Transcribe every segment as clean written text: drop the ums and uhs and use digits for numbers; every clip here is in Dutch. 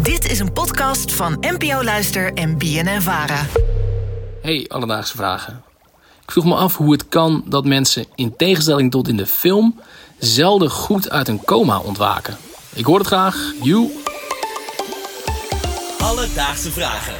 Dit is een podcast van NPO Luister en BNN-Vara. Hey, alledaagse vragen. Ik vroeg me af hoe het kan dat mensen, in tegenstelling tot in de film, zelden goed uit een coma ontwaken. Ik hoor het graag. Joe. Alledaagse vragen.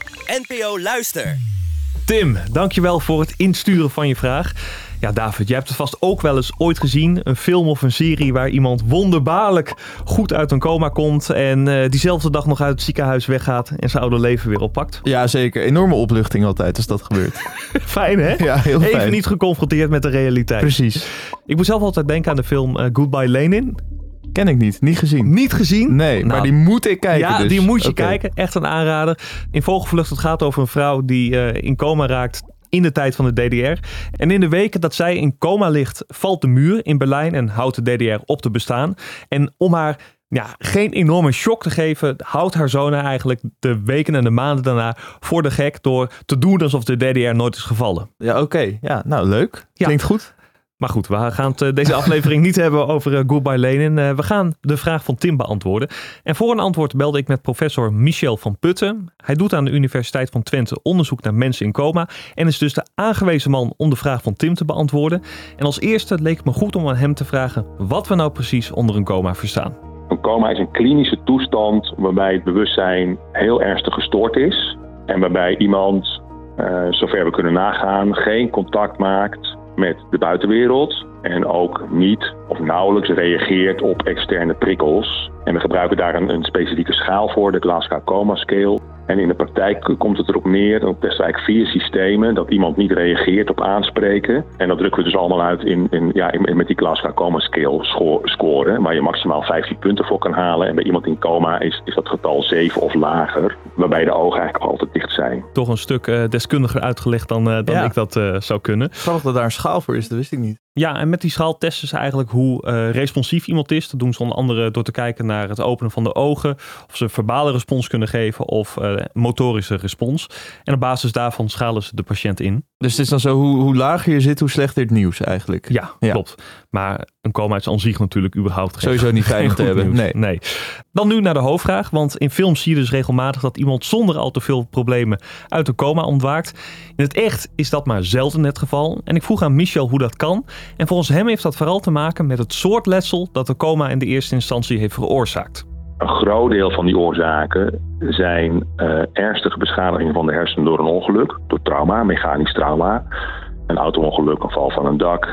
NPO Luister. Tim, dankjewel voor het insturen van je vraag. Ja, David, jij hebt het vast ook wel eens ooit gezien. Een film of een serie waar iemand wonderbaarlijk goed uit een coma komt en diezelfde dag nog uit het ziekenhuis weggaat en zijn oude leven weer oppakt. Ja, zeker. Enorme opluchting altijd als dat gebeurt. Fijn, hè? Ja, heel fijn. Even niet geconfronteerd met de realiteit. Precies. Ik moet zelf altijd denken aan de film Goodbye Lenin. Ken ik niet. Niet gezien. Niet gezien? Nee, maar die moet ik kijken. Ja, dus. die moet je kijken. Echt een aanrader. In Vogelvlucht, het gaat over een vrouw die in coma raakt in de tijd van de DDR. En in de weken dat zij in coma ligt, valt de muur in Berlijn en houdt de DDR op te bestaan. En om haar geen enorme shock te geven, houdt haar zoon haar eigenlijk de weken en de maanden daarna voor de gek door te doen alsof de DDR nooit is gevallen. Ja, oké. Ja, nou leuk. Klinkt goed. Maar goed, we gaan het deze aflevering niet hebben over Goodbye Lenin. We gaan de vraag van Tim beantwoorden. En voor een antwoord belde ik met professor Michel van Putten. Hij doet aan de Universiteit van Twente onderzoek naar mensen in coma en is dus de aangewezen man om de vraag van Tim te beantwoorden. En als eerste leek het me goed om aan hem te vragen wat we nou precies onder een coma verstaan. Een coma is een klinische toestand waarbij het bewustzijn heel ernstig gestoord is. En waarbij iemand, zover we kunnen nagaan, geen contact maakt met de buitenwereld en ook niet of nauwelijks reageert op externe prikkels. En we gebruiken daar een specifieke schaal voor, de Glasgow Coma Scale. En in de praktijk komt het erop neer, dan testen we eigenlijk 4 systemen, dat iemand niet reageert op aanspreken. En dat drukken we dus allemaal uit met die Glasgow Coma Scale score, waar je maximaal 15 punten voor kan halen. En bij iemand in coma is dat getal 7 of lager, waarbij de ogen eigenlijk altijd dicht zijn. Toch een stuk deskundiger uitgelegd dan ik dat zou kunnen. Grappig dat daar een schaal voor is, dat wist ik niet. Ja, en met die schaal testen ze eigenlijk hoe responsief iemand is. Dat doen ze onder andere door te kijken naar het openen van de ogen, of ze verbale respons kunnen geven of motorische respons. En op basis daarvan schalen ze de patiënt in. Dus het is dan zo, hoe lager je zit, hoe slechter het nieuws eigenlijk. Ja, klopt. Maar een coma is aan zich natuurlijk überhaupt sowieso niet fijn te hebben. Nee. Dan nu naar de hoofdvraag. Want in films zie je dus regelmatig dat iemand zonder al te veel problemen uit een coma ontwaakt. In het echt is dat maar zelden het geval. En ik vroeg aan Michel hoe dat kan. En volgens hem heeft dat vooral te maken met het soort letsel dat de coma in de eerste instantie heeft veroorzaakt. Een groot deel van die oorzaken zijn ernstige beschadigingen van de hersenen door een ongeluk, door trauma, mechanisch trauma, een auto-ongeluk, een val van een dak,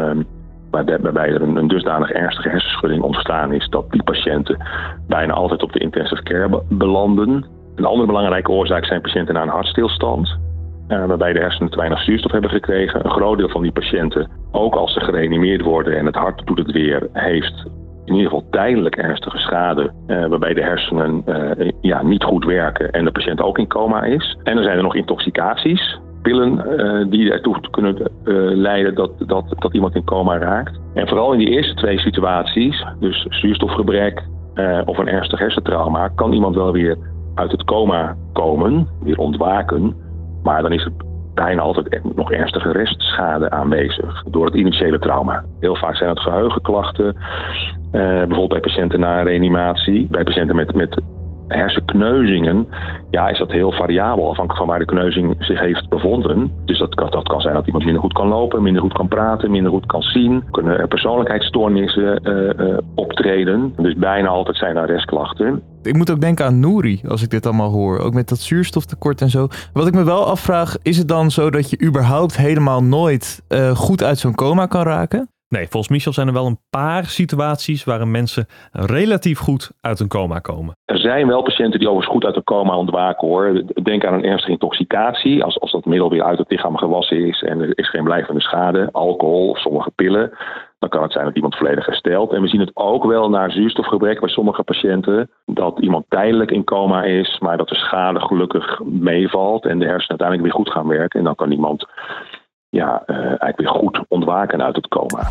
waarbij er een dusdanig ernstige hersenschudding ontstaan is dat die patiënten bijna altijd op de intensive care belanden. Een andere belangrijke oorzaak zijn patiënten na een hartstilstand, waarbij de hersenen te weinig zuurstof hebben gekregen. Een groot deel van die patiënten, ook als ze gereanimeerd worden en het hart doet het weer, heeft in ieder geval tijdelijk ernstige schade, waarbij de hersenen niet goed werken en de patiënt ook in coma is. En dan zijn er nog intoxicaties, pillen die ertoe kunnen leiden dat iemand in coma raakt. En vooral in die eerste 2 situaties, dus zuurstofgebrek of een ernstig hersentrauma, kan iemand wel weer uit het coma komen, weer ontwaken, maar dan is er bijna altijd nog ernstige restschade aanwezig door het initiële trauma. Heel vaak zijn het geheugenklachten, bijvoorbeeld bij patiënten na een reanimatie. Bij patiënten met hersenkneuzingen is dat heel variabel, afhankelijk van waar de kneuzing zich heeft bevonden. Dus dat kan zijn dat iemand minder goed kan lopen, minder goed kan praten, minder goed kan zien. Kunnen er persoonlijkheidsstoornissen optreden. Dus bijna altijd zijn er restklachten. Ik moet ook denken aan Nouri, als ik dit allemaal hoor. Ook met dat zuurstoftekort en zo. Wat ik me wel afvraag, is het dan zo dat je überhaupt helemaal nooit goed uit zo'n coma kan raken? Nee, volgens Michel zijn er wel een paar situaties waarin mensen relatief goed uit een coma komen. Er zijn wel patiënten die overigens goed uit een coma ontwaken, hoor. Denk aan een ernstige intoxicatie. Als dat middel weer uit het lichaam gewassen is en er is geen blijvende schade, alcohol of sommige pillen, dan kan het zijn dat iemand volledig herstelt. En we zien het ook wel naar zuurstofgebrek bij sommige patiënten, dat iemand tijdelijk in coma is, maar dat de schade gelukkig meevalt en de hersenen uiteindelijk weer goed gaan werken. En dan kan iemand eigenlijk weer goed ontwaken uit het coma.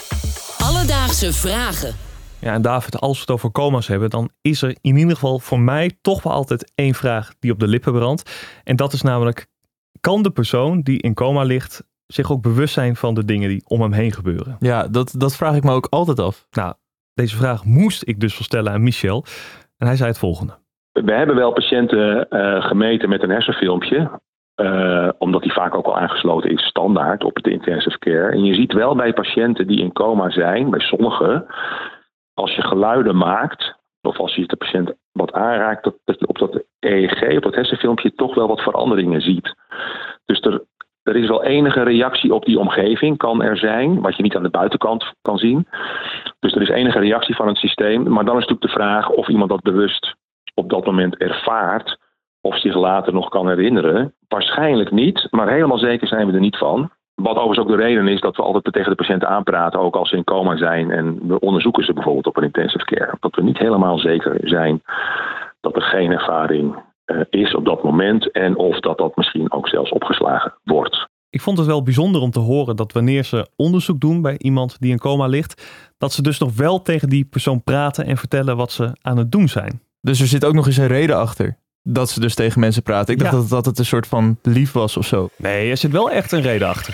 Alledaagse vragen. Ja, en David, als we het over coma's hebben, dan is er in ieder geval voor mij toch wel altijd 1 vraag die op de lippen brandt. En dat is namelijk, kan de persoon die in coma ligt zich ook bewust zijn van de dingen die om hem heen gebeuren? Ja, dat vraag ik me ook altijd af. Nou, deze vraag moest ik dus wel stellen aan Michel. En hij zei het volgende. We hebben wel patiënten gemeten met een hersenfilmpje. Omdat die vaak ook al aangesloten is standaard op het intensive care. En je ziet wel bij patiënten die in coma zijn, bij sommigen, als je geluiden maakt, of als je de patiënt wat aanraakt, dat je op dat EEG, op dat hersenfilmpje, toch wel wat veranderingen ziet. Dus er is wel enige reactie op die omgeving, kan er zijn, wat je niet aan de buitenkant kan zien. Dus er is enige reactie van het systeem. Maar dan is natuurlijk de vraag of iemand dat bewust op dat moment ervaart, of zich later nog kan herinneren. Waarschijnlijk niet, maar helemaal zeker zijn we er niet van. Wat overigens ook de reden is dat we altijd tegen de patiënten aanpraten, ook als ze in coma zijn. En we onderzoeken ze bijvoorbeeld op een intensive care. Dat we niet helemaal zeker zijn dat er geen ervaring is op dat moment. En of dat misschien ook zelfs opgeslagen wordt. Ik vond het wel bijzonder om te horen dat wanneer ze onderzoek doen bij iemand die in coma ligt, dat ze dus nog wel tegen die persoon praten en vertellen wat ze aan het doen zijn. Dus er zit ook nog eens een reden achter dat ze dus tegen mensen praten. Ik dacht dat het een soort van lief was of zo. Nee, er zit wel echt een reden achter.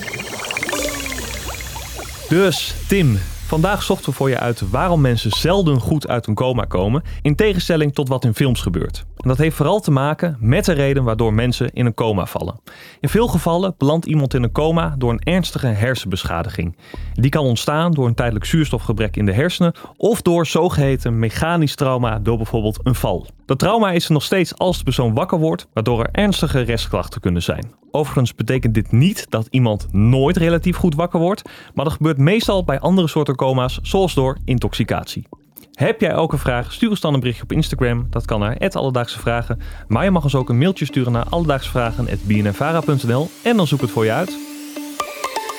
Dus, Tim, vandaag zochten we voor je uit waarom mensen zelden goed uit een coma komen, in tegenstelling tot wat in films gebeurt. En dat heeft vooral te maken met de reden waardoor mensen in een coma vallen. In veel gevallen belandt iemand in een coma door een ernstige hersenbeschadiging. Die kan ontstaan door een tijdelijk zuurstofgebrek in de hersenen of door zogeheten mechanisch trauma door bijvoorbeeld een val. Dat trauma is er nog steeds als de persoon wakker wordt, waardoor er ernstige restklachten kunnen zijn. Overigens betekent dit niet dat iemand nooit relatief goed wakker wordt, maar dat gebeurt meestal bij andere soorten coma's, zoals door intoxicatie. Heb jij ook een vraag? Stuur ons dan een berichtje op Instagram. Dat kan naar @alledaagsevragen. Maar je mag ons ook een mailtje sturen naar alledaagsevragen@bnnvara.nl en dan zoek ik het voor je uit.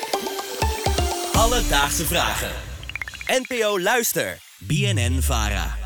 Alledaagse vragen. NPO Luister. BNN Vara.